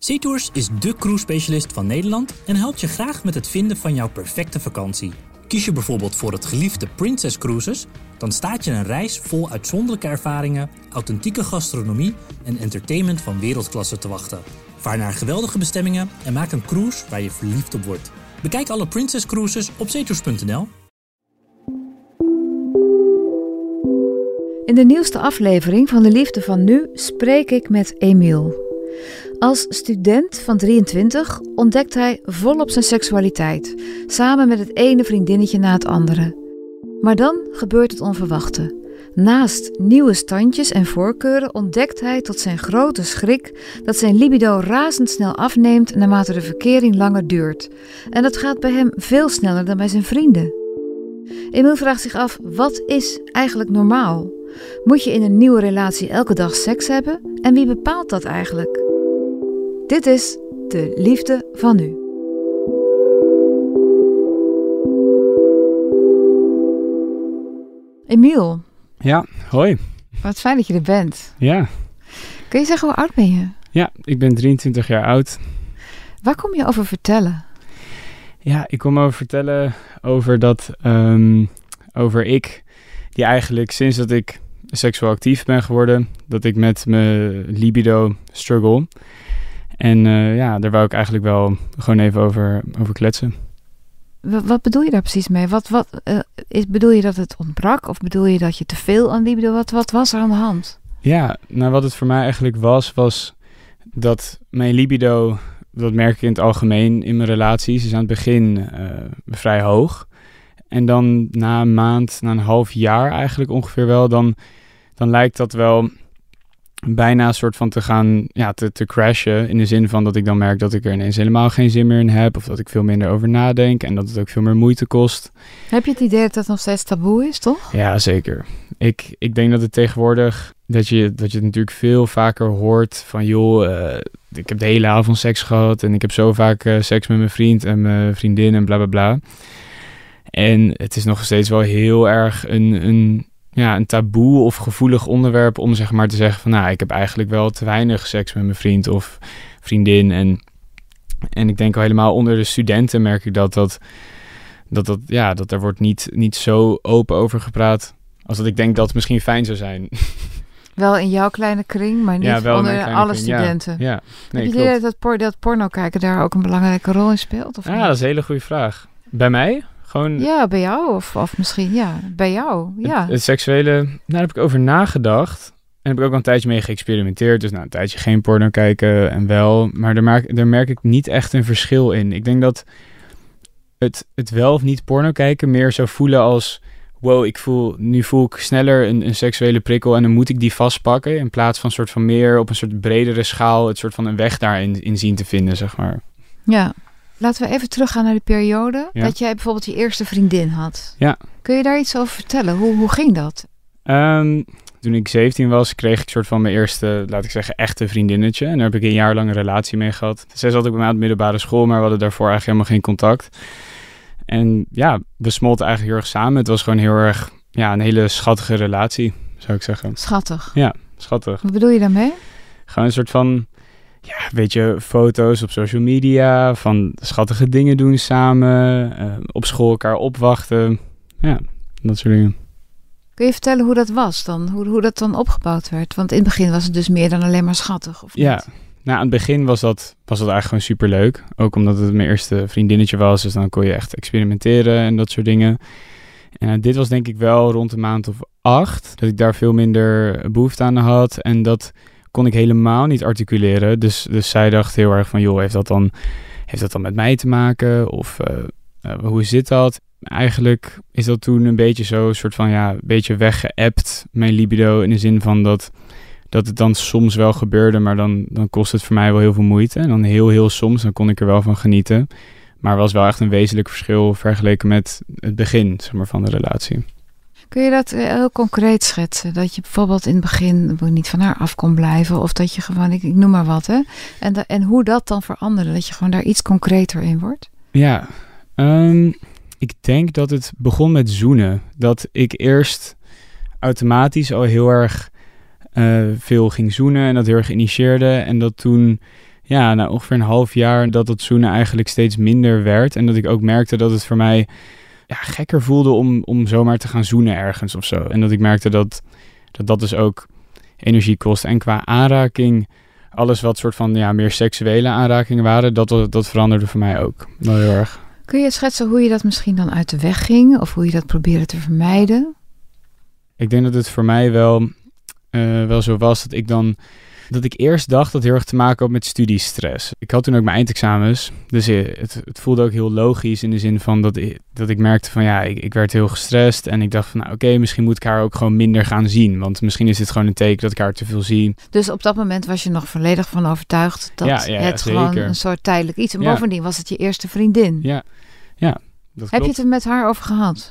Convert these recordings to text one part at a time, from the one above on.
Seatours is dé cruise-specialist van Nederland en helpt je graag met het vinden van jouw perfecte vakantie. Kies je bijvoorbeeld voor het geliefde Princess Cruises, dan staat je een reis vol uitzonderlijke ervaringen, authentieke gastronomie en entertainment van wereldklasse te wachten. Vaar naar geweldige bestemmingen en maak een cruise waar je verliefd op wordt. Bekijk alle Princess Cruises op seatours.nl. In de nieuwste aflevering van De Liefde van Nu spreek ik met Emiel. Als student van 23 ontdekt hij volop zijn seksualiteit, samen met het ene vriendinnetje na het andere. Maar dan gebeurt het onverwachte. Naast nieuwe standjes en voorkeuren ontdekt hij tot zijn grote schrik dat zijn libido razendsnel afneemt naarmate de verkering langer duurt. En dat gaat bij hem veel sneller dan bij zijn vrienden. Emiel vraagt zich af, wat is eigenlijk normaal? Moet je in een nieuwe relatie elke dag seks hebben? En wie bepaalt dat eigenlijk? Dit is De Liefde van Nu. Emiel. Ja, hoi. Wat fijn dat je er bent. Ja. Kun je zeggen hoe oud ben je? Ja, ik ben 23 jaar oud. Waar kom je over vertellen? Ja, ik kom over vertellen over dat, die eigenlijk sinds dat ik seksueel actief ben geworden, dat ik met mijn libido struggle. En daar wou ik eigenlijk wel gewoon even over kletsen. Wat bedoel je daar precies mee? Bedoel je dat het ontbrak? Of bedoel je dat je te veel aan libido... Wat was er aan de hand? Ja, nou wat het voor mij eigenlijk was dat mijn libido, dat merk ik in het algemeen in mijn relaties, is aan het begin vrij hoog. En dan na een maand, na een half jaar eigenlijk ongeveer wel, dan lijkt dat wel bijna een soort van te gaan, te crashen. In de zin van dat ik dan merk dat ik er ineens helemaal geen zin meer in heb. Of dat ik veel minder over nadenk en dat het ook veel meer moeite kost. Heb je het idee dat dat nog steeds taboe is, toch? Ja, zeker. Ik denk dat het tegenwoordig, dat je het natuurlijk veel vaker hoort van ik heb de hele avond seks gehad en ik heb zo vaak seks met mijn vriend en mijn vriendin en bla bla bla. En het is nog steeds wel heel erg een taboe of gevoelig onderwerp om zeg maar te zeggen van ik heb eigenlijk wel te weinig seks met mijn vriend of vriendin. En ik denk al helemaal onder de studenten merk ik dat er wordt niet zo open over gepraat als dat ik denk dat het misschien fijn zou zijn. Wel in jouw kleine kring, maar niet onder alle studenten. Ja. Nee, heb je het idee dat porno kijken daar ook een belangrijke rol in speelt? Of niet? Dat is een hele goede vraag. Bij mij? Gewoon... Ja, bij jou of misschien bij jou. Ja. Het seksuele, daar heb ik over nagedacht. En heb ik ook al een tijdje mee geëxperimenteerd. Dus een tijdje geen porno kijken en wel. Maar daar merk ik niet echt een verschil in. Ik denk dat het wel of niet porno kijken meer zou voelen als... Wow, nu voel ik sneller een seksuele prikkel en dan moet ik die vastpakken. In plaats van soort van meer op een soort bredere schaal het soort van een weg daarin zien te vinden, zeg maar. Ja. Laten we even teruggaan naar de periode dat jij bijvoorbeeld je eerste vriendin had. Ja. Kun je daar iets over vertellen? Hoe ging dat? Toen ik 17 was, kreeg ik soort van mijn eerste, laat ik zeggen, echte vriendinnetje. En daar heb ik een jaar lang een relatie mee gehad. Zij zat ook bij mij aan de middelbare school, maar we hadden daarvoor eigenlijk helemaal geen contact. En we smolten eigenlijk heel erg samen. Het was gewoon heel erg, een hele schattige relatie, zou ik zeggen. Schattig? Ja, schattig. Wat bedoel je daarmee? Gewoon een soort van... weet je, foto's op social media, van schattige dingen doen samen, op school elkaar opwachten. Ja, dat soort dingen. Kun je vertellen hoe dat was dan? Hoe dat dan opgebouwd werd? Want in het begin was het dus meer dan alleen maar schattig, of niet? Ja, aan het begin was dat eigenlijk gewoon superleuk. Ook omdat het mijn eerste vriendinnetje was, dus dan kon je echt experimenteren en dat soort dingen. En dit was denk ik wel rond een maand of 8, dat ik daar veel minder behoefte aan had en dat... kon ik helemaal niet articuleren. Dus zij dacht heel erg van, heeft dat dan met mij te maken? Of hoe zit dat? Eigenlijk is dat toen een beetje zo, soort van, een beetje weggeëpt, mijn libido, in de zin van dat het dan soms wel gebeurde, maar dan kost het voor mij wel heel veel moeite. En dan heel, heel soms, dan kon ik er wel van genieten. Maar er was wel echt een wezenlijk verschil vergeleken met het begin, zeg maar, van de relatie. Kun je dat heel concreet schetsen? Dat je bijvoorbeeld in het begin niet van haar af kon blijven. Of dat je gewoon, ik noem maar wat. Hè? En hoe dat dan veranderde. Dat je gewoon daar iets concreter in wordt. Ja, ik denk dat het begon met zoenen. Dat ik eerst automatisch al heel erg veel ging zoenen. En dat heel erg initieerde. En dat toen Ja, na ongeveer een half jaar dat het zoenen eigenlijk steeds minder werd. En dat ik ook merkte dat het voor mij gekker voelde om zomaar te gaan zoenen ergens of zo. En dat ik merkte dat dus ook energie kost. En qua aanraking, alles wat soort van meer seksuele aanrakingen waren, dat veranderde voor mij ook wel heel erg. Kun je schetsen hoe je dat misschien dan uit de weg ging? Of hoe je dat probeerde te vermijden? Ik denk dat het voor mij wel zo was dat ik eerst dacht dat het heel erg te maken had met studiestress. Ik had toen ook mijn eindexamens, dus het voelde ook heel logisch in de zin van dat ik merkte van ik werd heel gestrest en ik dacht van oké, misschien moet ik haar ook gewoon minder gaan zien, want misschien is dit gewoon een teken dat ik haar te veel zie. Dus op dat moment was je nog volledig van overtuigd dat het zeker. gewoon een soort tijdelijk iets. En bovendien was het je eerste vriendin. Ja, dat klopt. Heb je het er met haar over gehad?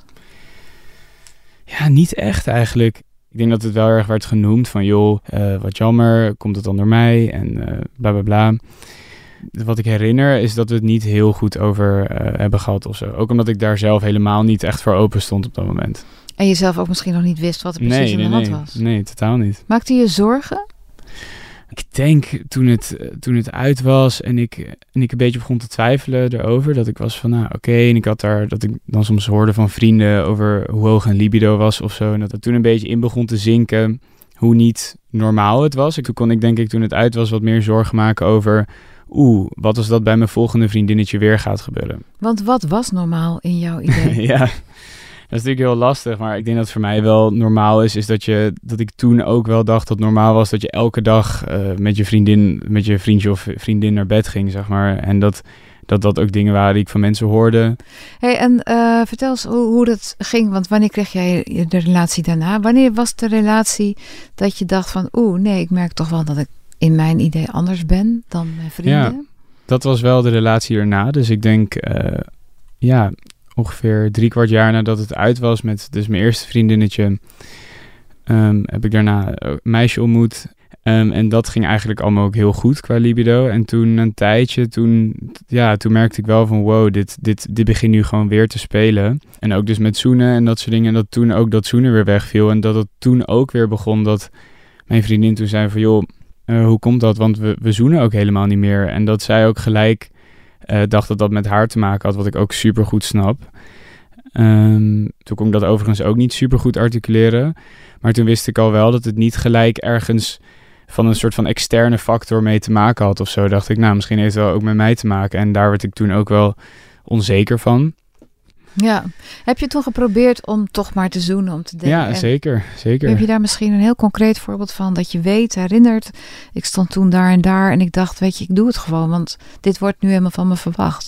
Ja, niet echt eigenlijk. Ik denk dat het wel erg werd genoemd van joh, wat jammer, komt het dan door mij en bla bla bla. Wat ik herinner is dat we het niet heel goed over hebben gehad of zo. Ook omdat ik daar zelf helemaal niet echt voor open stond op dat moment. En je zelf ook misschien nog niet wist wat er precies aan de hand was? Nee, totaal niet. Maakte je zorgen? Ik denk toen het uit was en ik een beetje begon te twijfelen erover, dat ik was van oké, en ik had dat ik dan soms hoorde van vrienden over hoe hoog een libido was of zo, en dat het toen een beetje in begon te zinken hoe niet normaal het was. Toen kon ik denk ik toen het uit was wat meer zorgen maken over wat als dat bij mijn volgende vriendinnetje weer gaat gebeuren. Want wat was normaal in jouw idee? Ja. Dat is natuurlijk heel lastig, maar ik denk dat het voor mij wel normaal is dat ik toen ook wel dacht dat normaal was dat je elke dag met je vriendje of vriendin naar bed ging, zeg maar. En dat ook dingen waren die ik van mensen hoorde. Hey, en vertel eens hoe dat ging, want wanneer kreeg jij de relatie daarna? Wanneer was de relatie dat je dacht van nee, ik merk toch wel dat ik in mijn idee anders ben dan mijn vrienden? Ja, dat was wel de relatie erna. Dus ik denk, ongeveer 3/4 jaar nadat het uit was met dus mijn eerste vriendinnetje, heb ik daarna een meisje ontmoet. En dat ging eigenlijk allemaal ook heel goed qua libido. En toen een tijdje, toen merkte ik wel van wow, dit begint nu gewoon weer te spelen. En ook dus met zoenen en dat soort dingen. En dat toen ook dat zoenen weer wegviel. En dat het toen ook weer begon dat mijn vriendin toen zei van joh, hoe komt dat? Want we zoenen ook helemaal niet meer. En dat zij ook gelijk dacht dat dat met haar te maken had, wat ik ook super goed snap. Toen kon ik dat overigens ook niet super goed articuleren. Maar toen wist ik al wel dat het niet gelijk ergens van een soort van externe factor mee te maken had of zo. Dacht ik, misschien heeft het wel ook met mij te maken. En daar werd ik toen ook wel onzeker van. Ja. Heb je toen geprobeerd om toch maar te zoenen, om te denken? Ja, zeker. Heb je daar misschien een heel concreet voorbeeld van dat je herinnert, ik stond toen daar en daar en ik dacht, weet je, ik doe het gewoon, want dit wordt nu helemaal van me verwacht.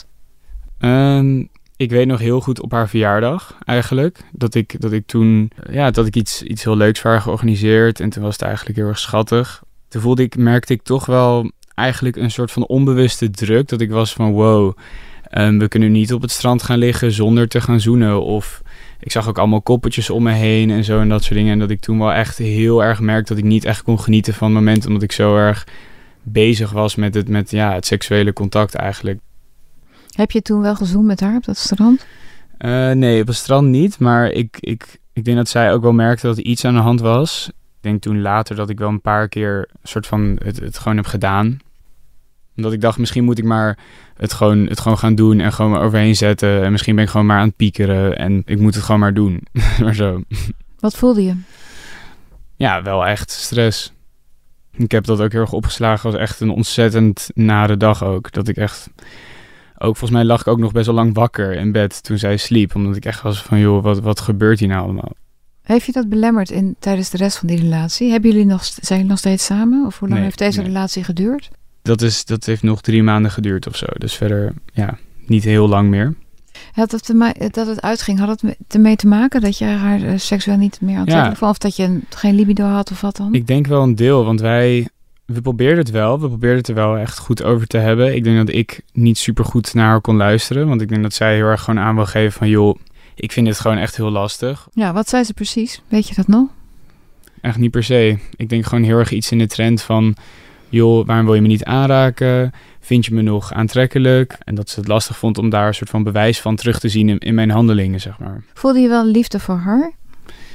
Ik weet nog heel goed op haar verjaardag eigenlijk, dat ik toen, dat ik iets heel leuks voor haar georganiseerd en toen was het eigenlijk heel erg schattig. Toen merkte ik toch wel eigenlijk een soort van onbewuste druk, dat ik was van wow, we kunnen niet op het strand gaan liggen zonder te gaan zoenen. Of ik zag ook allemaal koppeltjes om me heen en zo en dat soort dingen. En dat ik toen wel echt heel erg merkte dat ik niet echt kon genieten van het moment. Omdat ik zo erg bezig was met het seksuele contact eigenlijk. Heb je toen wel gezoend met haar op dat strand? Nee, op het strand niet. Maar ik denk dat zij ook wel merkte dat er iets aan de hand was. Ik denk toen later dat ik wel een paar keer een soort van het gewoon heb gedaan. Omdat ik dacht, misschien moet ik maar het gewoon gaan doen en gewoon maar overheen zetten. En misschien ben ik gewoon maar aan het piekeren en ik moet het gewoon maar doen. Maar zo. Wat voelde je? Ja, wel echt stress. Ik heb dat ook heel erg opgeslagen als echt een ontzettend nare dag ook. Dat ik echt... Ook volgens mij lag ik ook nog best wel lang wakker in bed toen zij sliep. Omdat ik echt was van, joh, wat gebeurt hier nou allemaal? Heeft je dat belemmerd tijdens de rest van die relatie? Zijn jullie nog steeds samen? Of hoe lang heeft deze relatie geduurd? Dat heeft nog 3 maanden geduurd of zo. Dus verder, niet heel lang meer. Dat het uitging, had het ermee te maken dat je haar seksueel niet meer aantrekkelijk vond? Of dat je geen libido had of wat dan? Ik denk wel een deel, want we probeerden het wel. We probeerden het er wel echt goed over te hebben. Ik denk dat ik niet super goed naar haar kon luisteren. Want ik denk dat zij heel erg gewoon aan wil geven van joh, ik vind dit gewoon echt heel lastig. Ja, wat zei ze precies? Weet je dat nog? Echt niet per se. Ik denk gewoon heel erg iets in de trend van joh, waarom wil je me niet aanraken? Vind je me nog aantrekkelijk? En dat ze het lastig vond om daar een soort van bewijs van terug te zien in mijn handelingen, zeg maar. Voelde je wel liefde voor haar?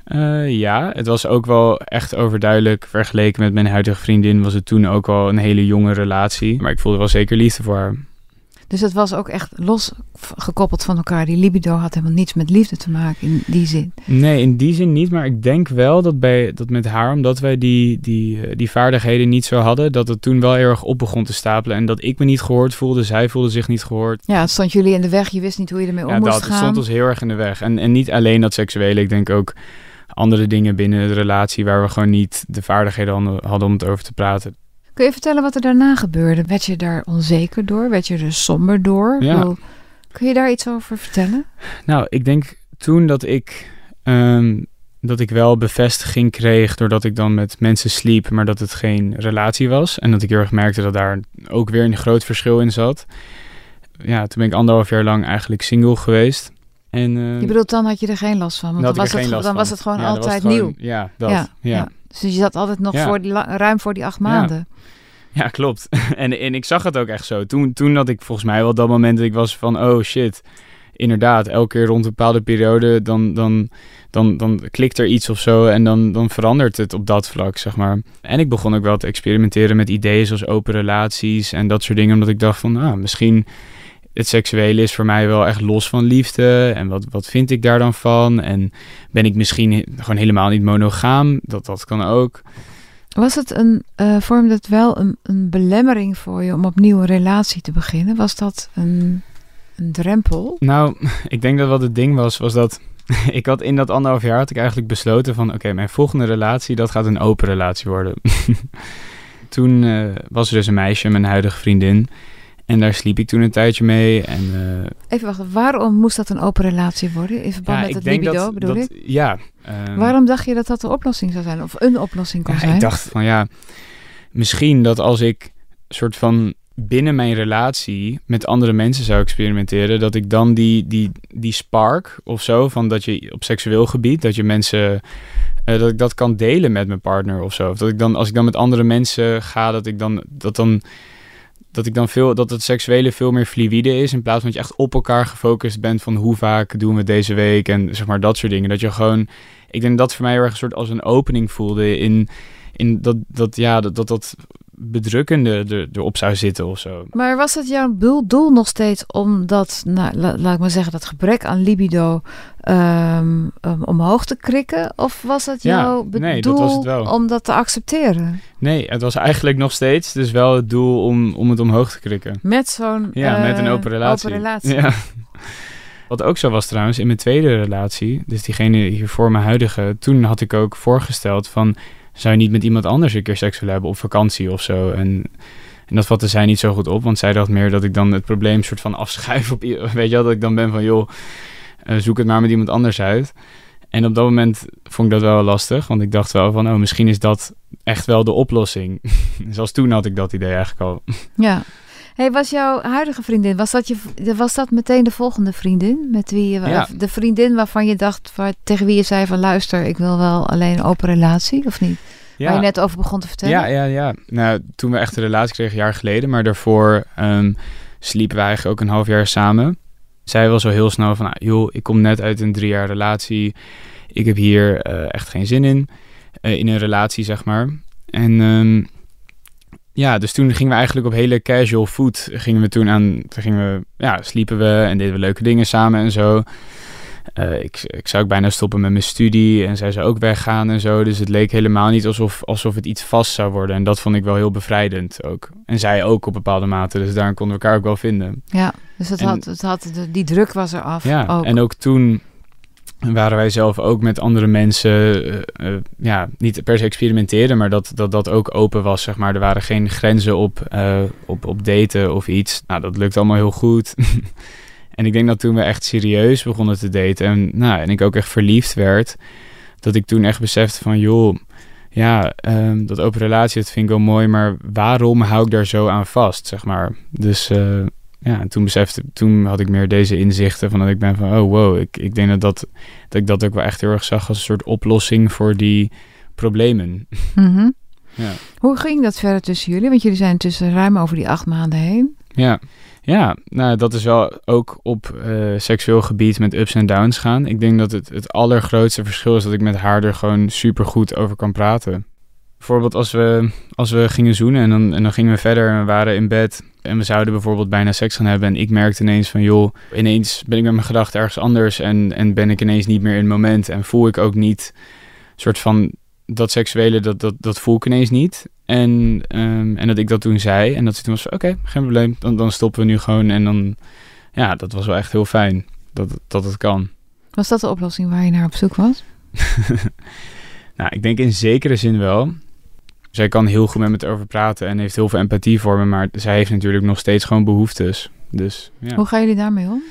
Ja, het was ook wel echt overduidelijk. Vergeleken met mijn huidige vriendin was het toen ook al een hele jonge relatie. Maar ik voelde wel zeker liefde voor haar. Dus het was ook echt losgekoppeld van elkaar. Die libido had helemaal niets met liefde te maken in die zin. Nee, in die zin niet. Maar ik denk wel dat met haar, omdat wij die vaardigheden niet zo hadden, dat het toen wel heel erg op begon te stapelen. En dat ik me niet gehoord voelde, zij voelde zich niet gehoord. Ja, het stond jullie in de weg. Je wist niet hoe je ermee om moest gaan. Het stond ons heel erg in de weg. En niet alleen dat seksuele. Ik denk ook andere dingen binnen de relatie waar we gewoon niet de vaardigheden hadden om het over te praten. Kun je vertellen wat er daarna gebeurde? Werd je daar onzeker door? Werd je er somber door? Ja. Kun je daar iets over vertellen? Nou, ik denk toen dat ik wel bevestiging kreeg doordat ik dan met mensen sliep, maar dat het geen relatie was. En dat ik heel erg merkte dat daar ook weer een groot verschil in zat. Ja, toen ben ik 1,5 jaar lang eigenlijk single geweest. En, je bedoelt, dan had je er geen last van? Want dan was het gewoon altijd nieuw. Ja, dat. Ja. Dus je zat altijd nog ruim voor die 8 maanden. Ja, klopt. En ik zag het ook echt zo. Toen had ik volgens mij wel dat moment dat ik was van, oh shit, inderdaad, elke keer rond een bepaalde periode, dan klikt er iets of zo en dan verandert het op dat vlak, zeg maar. En ik begon ook wel te experimenteren met ideeën zoals open relaties en dat soort dingen, omdat ik dacht van, misschien het seksuele is voor mij wel echt los van liefde. En wat vind ik daar dan van? En ben ik misschien gewoon helemaal niet monogaam? Dat kan ook. Was het vormde het wel een belemmering voor je om opnieuw een relatie te beginnen? Was dat een drempel? Nou, ik denk dat wat het ding was dat ik had in dat 1,5 jaar had ik eigenlijk besloten van oké, mijn volgende relatie, dat gaat een open relatie worden. Toen was er dus een meisje, mijn huidige vriendin. En daar sliep ik toen een tijdje mee. Even wachten, waarom moest dat een open relatie worden? In verband met het libido, bedoel ik? Ja. Waarom dacht je dat dat de oplossing zou zijn? Of een oplossing kon zijn? Ik dacht van misschien dat als ik soort van binnen mijn relatie met andere mensen zou experimenteren, dat ik dan die spark of zo, van dat je op seksueel gebied, dat je mensen, dat ik dat kan delen met mijn partner of zo. Of dat ik dan, als ik dan met andere mensen ga, dat het seksuele veel meer fluïde is, in plaats van dat je echt op elkaar gefocust bent van hoe vaak doen we deze week en zeg maar dat soort dingen. Dat je gewoon, ik denk dat voor mij heel erg een soort als een opening voelde in dat bedrukkende erop zou zitten of zo. Maar was het jouw doel nog steeds om dat, laat ik maar zeggen, dat gebrek aan libido omhoog te krikken? Of was het jouw doel dat was het wel. Om dat te accepteren? Nee, het was eigenlijk nog steeds dus wel het doel om het omhoog te krikken. Met zo'n met een open relatie. Ja. Wat ook zo was trouwens, in mijn tweede relatie, dus diegene hier voor mijn huidige, toen had ik ook voorgesteld van, zou je niet met iemand anders een keer seks willen hebben op vakantie of zo? En dat vatte zij niet zo goed op, want zij dacht meer dat ik dan het probleem soort van afschuif op, weet je wel, dat ik dan ben van, joh, zoek het maar met iemand anders uit. En op dat moment vond ik dat wel lastig, want ik dacht wel van, misschien is dat echt wel de oplossing. Zelfs toen had ik dat idee eigenlijk al. Ja. Hey, was jouw huidige vriendin, was dat meteen de volgende vriendin? Met wie de vriendin waarvan je dacht, tegen wie je zei van, luister, ik wil wel alleen een open relatie, of niet? Ja. Waar je net over begon te vertellen. Ja. Nou, toen we echt een relatie kregen, een jaar geleden, maar daarvoor sliepen we eigenlijk ook 1,5 jaar samen. Zij was al heel snel van, ik kom net uit een 3 jaar relatie. Ik heb hier echt geen zin in een relatie, zeg maar. En dus toen gingen we eigenlijk op hele casual voet. Sliepen we en deden we leuke dingen samen en zo. Ik zou ook bijna stoppen met mijn studie en zij zou ook weggaan en zo. Dus het leek helemaal niet alsof het iets vast zou worden. En dat vond ik wel heel bevrijdend ook. En zij ook op bepaalde mate. Dus daar konden we elkaar ook wel vinden. Ja, dus die druk was er af. Ja, ook. En ook toen waren wij zelf ook met andere mensen, niet per se experimenteren, maar dat ook open was, zeg maar. Er waren geen grenzen op daten of iets. Nou, dat lukt allemaal heel goed. En ik denk dat toen we echt serieus begonnen te daten en ik ook echt verliefd werd, dat ik toen echt besefte van, joh, dat open relatie, dat vind ik wel mooi, maar waarom hou ik daar zo aan vast, zeg maar. Dus en toen had ik meer deze inzichten van dat ik ben van, oh wow, ik denk dat ik dat ook wel echt heel erg zag als een soort oplossing voor die problemen. Mm-hmm. Ja. Hoe ging dat verder tussen jullie? Want jullie zijn tussen ruim over die 8 maanden heen. Ja, nou, dat is wel ook op seksueel gebied met ups en downs gaan. Ik denk dat het allergrootste verschil is dat ik met haar er gewoon super goed over kan praten. Bijvoorbeeld als we gingen zoenen en dan gingen we verder en we waren in bed en we zouden bijvoorbeeld bijna seks gaan hebben en ik merkte ineens van joh, ineens ben ik met mijn gedachten ergens anders en ben ik ineens niet meer in het moment en voel ik ook niet soort van dat seksuele, dat voel ik ineens niet. En dat ik dat toen zei en dat ze toen was van oké, geen probleem, dan stoppen we nu gewoon en dan, ja, dat was wel echt heel fijn dat het kan. Was dat de oplossing waar je naar op zoek was? Nou, ik denk in zekere zin wel. Zij kan heel goed met me erover praten en heeft heel veel empathie voor me, maar zij heeft natuurlijk nog steeds gewoon behoeftes. Dus, ja. Hoe gaan jullie daarmee om?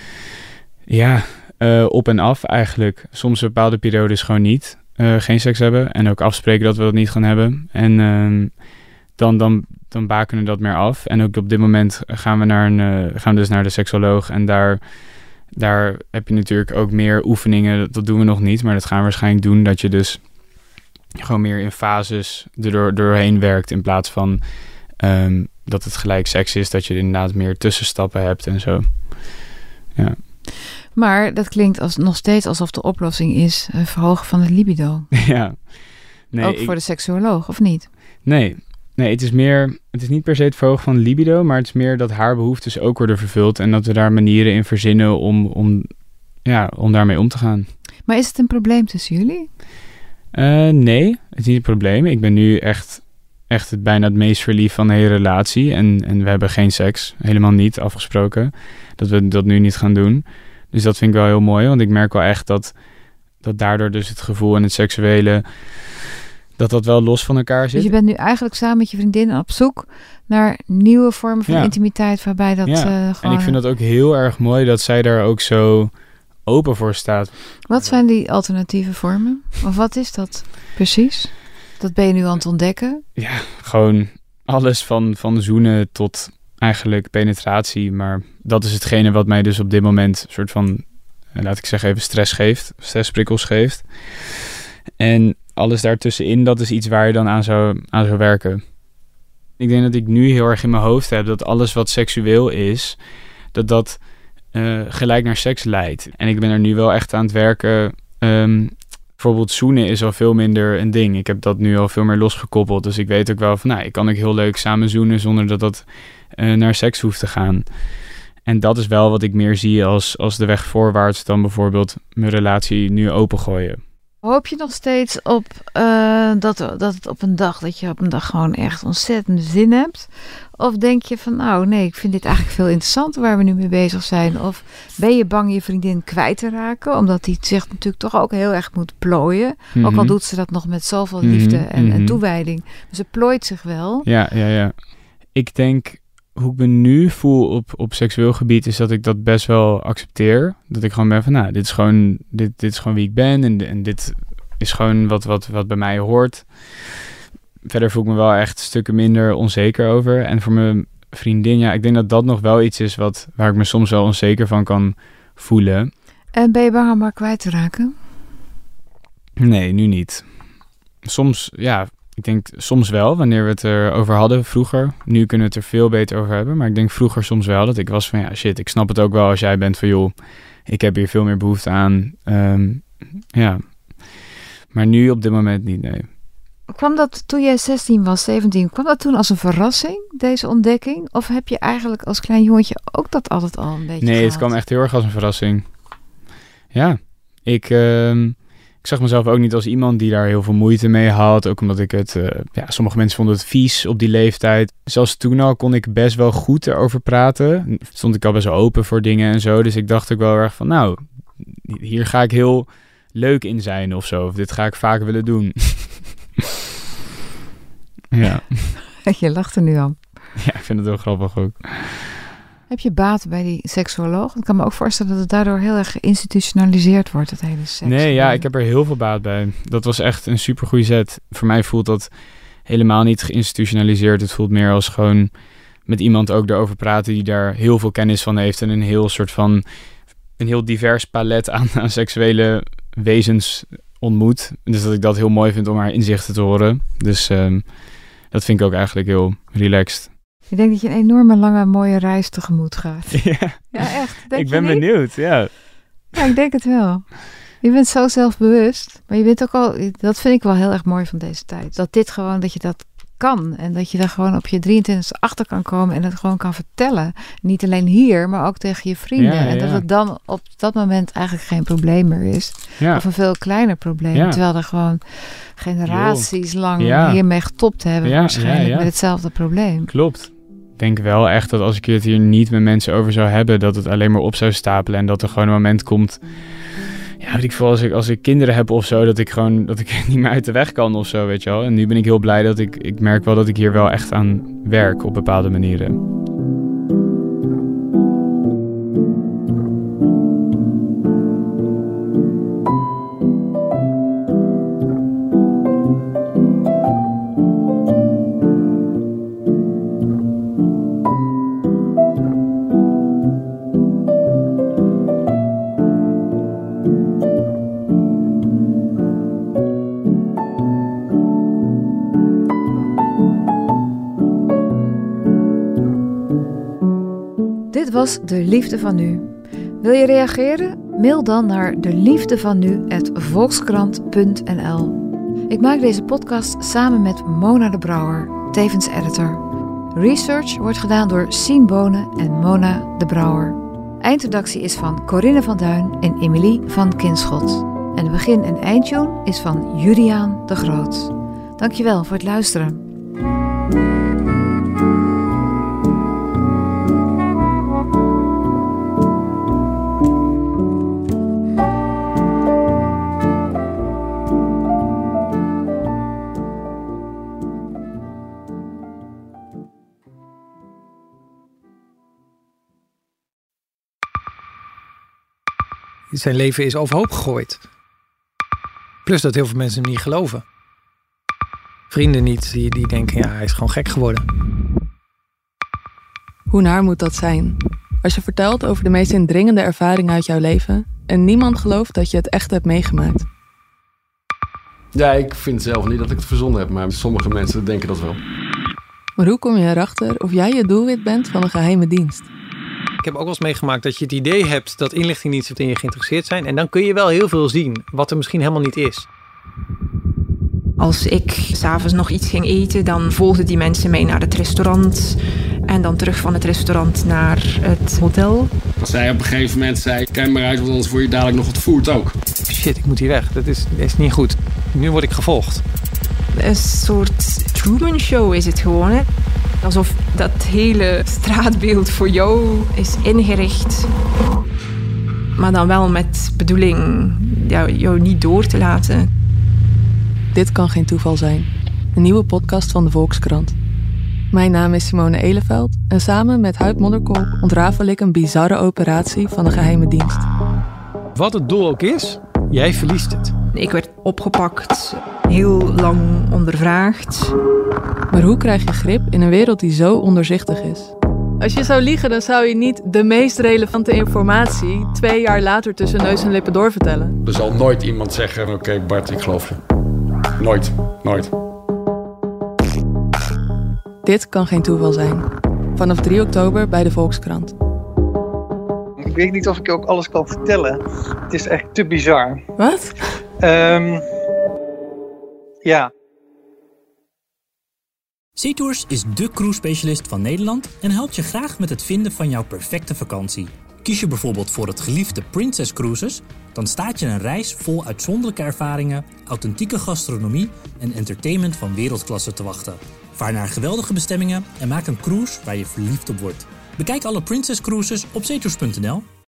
Ja, op en af eigenlijk. Soms bepaalde periodes gewoon niet. Geen seks hebben en ook afspreken dat we dat niet gaan hebben. En dan bakenen we dat meer af. En ook op dit moment gaan we dus naar de seksoloog en daar heb je natuurlijk ook meer oefeningen. Dat doen we nog niet, maar dat gaan we waarschijnlijk doen. Dat je dus gewoon meer in fases doorheen werkt in plaats van dat het gelijk seks is. Dat je inderdaad meer tussenstappen hebt en zo. Ja. Maar dat klinkt nog steeds alsof de oplossing is verhogen van het libido. Ja. Nee, ook voor de seksuoloog, of niet? Nee, het is niet per se het verhogen van libido, maar het is meer dat haar behoeftes ook worden vervuld en dat we daar manieren in verzinnen om daarmee om te gaan. Maar is het een probleem tussen jullie? Nee, het is niet een probleem. Ik ben nu echt bijna het meest verliefd van de hele relatie en we hebben geen seks, helemaal niet afgesproken, dat we dat nu niet gaan doen. Dus dat vind ik wel heel mooi, want ik merk wel echt dat daardoor dus het gevoel en het seksuele, dat wel los van elkaar zit. Dus je bent nu eigenlijk samen met je vriendin op zoek naar nieuwe vormen van intimiteit, waarbij dat gewoon... En ik vind dat ook heel erg mooi dat zij daar ook zo open voor staat. Wat zijn die alternatieve vormen? Of wat is dat precies? Dat ben je nu aan het ontdekken? Ja, gewoon alles van zoenen tot eigenlijk penetratie, maar dat is hetgene wat mij dus op dit moment een soort van, laat ik zeggen even stressprikkels geeft. En alles daartussenin, dat is iets waar je dan aan zou werken. Ik denk dat ik nu heel erg in mijn hoofd heb dat alles wat seksueel is, dat gelijk naar seks leidt. En ik ben er nu wel echt aan het werken. Bijvoorbeeld zoenen is al veel minder een ding. Ik heb dat nu al veel meer losgekoppeld. Dus ik weet ook wel van, ik kan ook heel leuk samen zoenen zonder dat naar seks hoeft te gaan. En dat is wel wat ik meer zie als de weg voorwaarts dan bijvoorbeeld mijn relatie nu opengooien. Hoop je nog steeds op dat je op een dag gewoon echt ontzettend zin hebt? Of denk je van, nou nee, ik vind dit eigenlijk veel interessanter waar we nu mee bezig zijn? Of ben je bang je vriendin kwijt te raken? Omdat die zich natuurlijk toch ook heel erg moet plooien. Mm-hmm. Ook al doet ze dat nog met zoveel liefde en toewijding. Maar ze plooit zich wel. Ja. Ik denk, hoe ik me nu voel op seksueel gebied is dat ik dat best wel accepteer. Dat ik gewoon ben van, dit is gewoon wie ik ben en dit is gewoon wat bij mij hoort. Verder voel ik me wel echt stukken minder onzeker over. En voor mijn vriendin, ik denk dat nog wel iets is waar ik me soms wel onzeker van kan voelen. En ben je bang om haar kwijt te raken? Nee, nu niet. Soms, ik denk soms wel, wanneer we het erover hadden vroeger. Nu kunnen we het er veel beter over hebben. Maar ik denk vroeger soms wel dat ik was van, shit, ik snap het ook wel als jij bent van, joh, ik heb hier veel meer behoefte aan. Maar nu op dit moment niet, nee. Kwam dat toen jij 16 was, 17, kwam dat toen als een verrassing, deze ontdekking? Of heb je eigenlijk als klein jongetje ook dat altijd al een beetje Nee, het kwam echt heel erg als een verrassing. Ja, ik zag mezelf ook niet als iemand die daar heel veel moeite mee had. Ook omdat ik het... sommige mensen vonden het vies op die leeftijd. Zelfs toen al kon ik best wel goed erover praten. Stond ik al best wel open voor dingen en zo. Dus ik dacht ook wel erg van, hier ga ik heel leuk in zijn of zo. Of dit ga ik vaak willen doen. Ja. Je lacht er nu aan. Ja, ik vind het heel grappig ook. Heb je baat bij die seksuoloog? Ik kan me ook voorstellen dat het daardoor heel erg geïnstitutionaliseerd wordt, het hele seks. Nee, ik heb er heel veel baat bij. Dat was echt een supergoeie zet. Voor mij voelt dat helemaal niet geïnstitutionaliseerd. Het voelt meer als gewoon met iemand ook erover praten die daar heel veel kennis van heeft en een heel divers palet aan seksuele wezens ontmoet. Dus dat ik dat heel mooi vind om haar inzichten te horen. Dus dat vind ik ook eigenlijk heel relaxed. Ik denk dat je een enorme lange mooie reis tegemoet gaat. Ja, Ja, echt. Denk ik ben je niet? benieuwd, ja. Ja, ik denk het wel. Je bent zo zelfbewust. Maar je bent ook al... Dat vind ik wel heel erg mooi van deze tijd. Dat dit gewoon, dat je dat kan. En dat je daar gewoon op je 23e achter kan komen. En het gewoon kan vertellen. Niet alleen hier, maar ook tegen je vrienden. Ja, En dat ja. het dan op dat moment eigenlijk geen probleem meer is. Ja, Of een veel kleiner probleem. Ja. Terwijl er gewoon generaties lang Ja. hiermee gestopt hebben. Ja, Waarschijnlijk ja. met hetzelfde probleem. klopt. Ik denk wel echt dat als ik het hier niet met mensen over zou hebben, dat het alleen maar op zou stapelen. En dat er gewoon een moment komt... Ja, weet ik veel, als ik kinderen heb of zo, dat ik niet meer uit de weg kan of zo, weet je wel. En nu ben ik heel blij dat ik merk wel dat ik hier wel echt aan werk op bepaalde manieren. Dit was De Liefde van Nu. Wil je reageren? Mail dan naar deliefdevanu@volkskrant.nl. Ik maak deze podcast samen met Mona de Brouwer, tevens editor. Research wordt gedaan door Sien Bonen en Mona de Brouwer. Eindredactie is van Corinne van Duin en Emilie van Kinschot. En de begin- en eindtune is van Juliaan de Groot. Dankjewel voor het luisteren. Zijn leven is overhoop gegooid. Plus dat heel veel mensen hem niet geloven. Vrienden niet, die denken, ja, hij is gewoon gek geworden. Hoe naar moet dat zijn? Als je vertelt over de meest indringende ervaring uit jouw leven en niemand gelooft dat je het echt hebt meegemaakt. Ja, ik vind zelf niet dat ik het verzonnen heb, maar sommige mensen denken dat wel. Maar hoe kom je erachter of jij het doelwit bent van een geheime dienst? Ik heb ook wel eens meegemaakt dat je het idee hebt dat inlichtingendiensten in je geïnteresseerd zijn. En dan kun je wel heel veel zien, wat er misschien helemaal niet is. Als ik 's avonds nog iets ging eten, dan volgden die mensen mee naar het restaurant. En dan terug van het restaurant naar het hotel. Als zij op een gegeven moment zei, kijk maar uit, want anders word je dadelijk nog ontvoerd ook. Shit, ik moet hier weg. Dat is niet goed. Nu word ik gevolgd. Een soort Truman Show is het gewoon. Hè? Alsof dat hele straatbeeld voor jou is ingericht. Maar dan wel met bedoeling jou niet door te laten. Dit kan geen toeval zijn. Een nieuwe podcast van de Volkskrant. Mijn naam is Simone Eleveld en samen met Huib Modderkolk ontrafel ik een bizarre operatie van de geheime dienst. Wat het doel ook is, jij verliest het. Ik werd opgepakt, heel lang ondervraagd. Maar hoe krijg je grip in een wereld die zo ondoorzichtig is? Als je zou liegen, dan zou je niet de meest relevante informatie 2 jaar later tussen neus en lippen doorvertellen. Er zal nooit iemand zeggen, oké, Bart, ik geloof je. Nooit, nooit. Dit kan geen toeval zijn. Vanaf 3 oktober bij de Volkskrant. Ik weet niet of ik ook alles kan vertellen. Het is echt te bizar. Wat? Ja. SeaTours is dé cruise-specialist van Nederland en helpt je graag met het vinden van jouw perfecte vakantie. Kies je bijvoorbeeld voor het geliefde Princess Cruises, dan staat je een reis vol uitzonderlijke ervaringen, authentieke gastronomie en entertainment van wereldklasse te wachten. Vaar naar geweldige bestemmingen en maak een cruise waar je verliefd op wordt. Bekijk alle Princess Cruises op SeaTours.nl.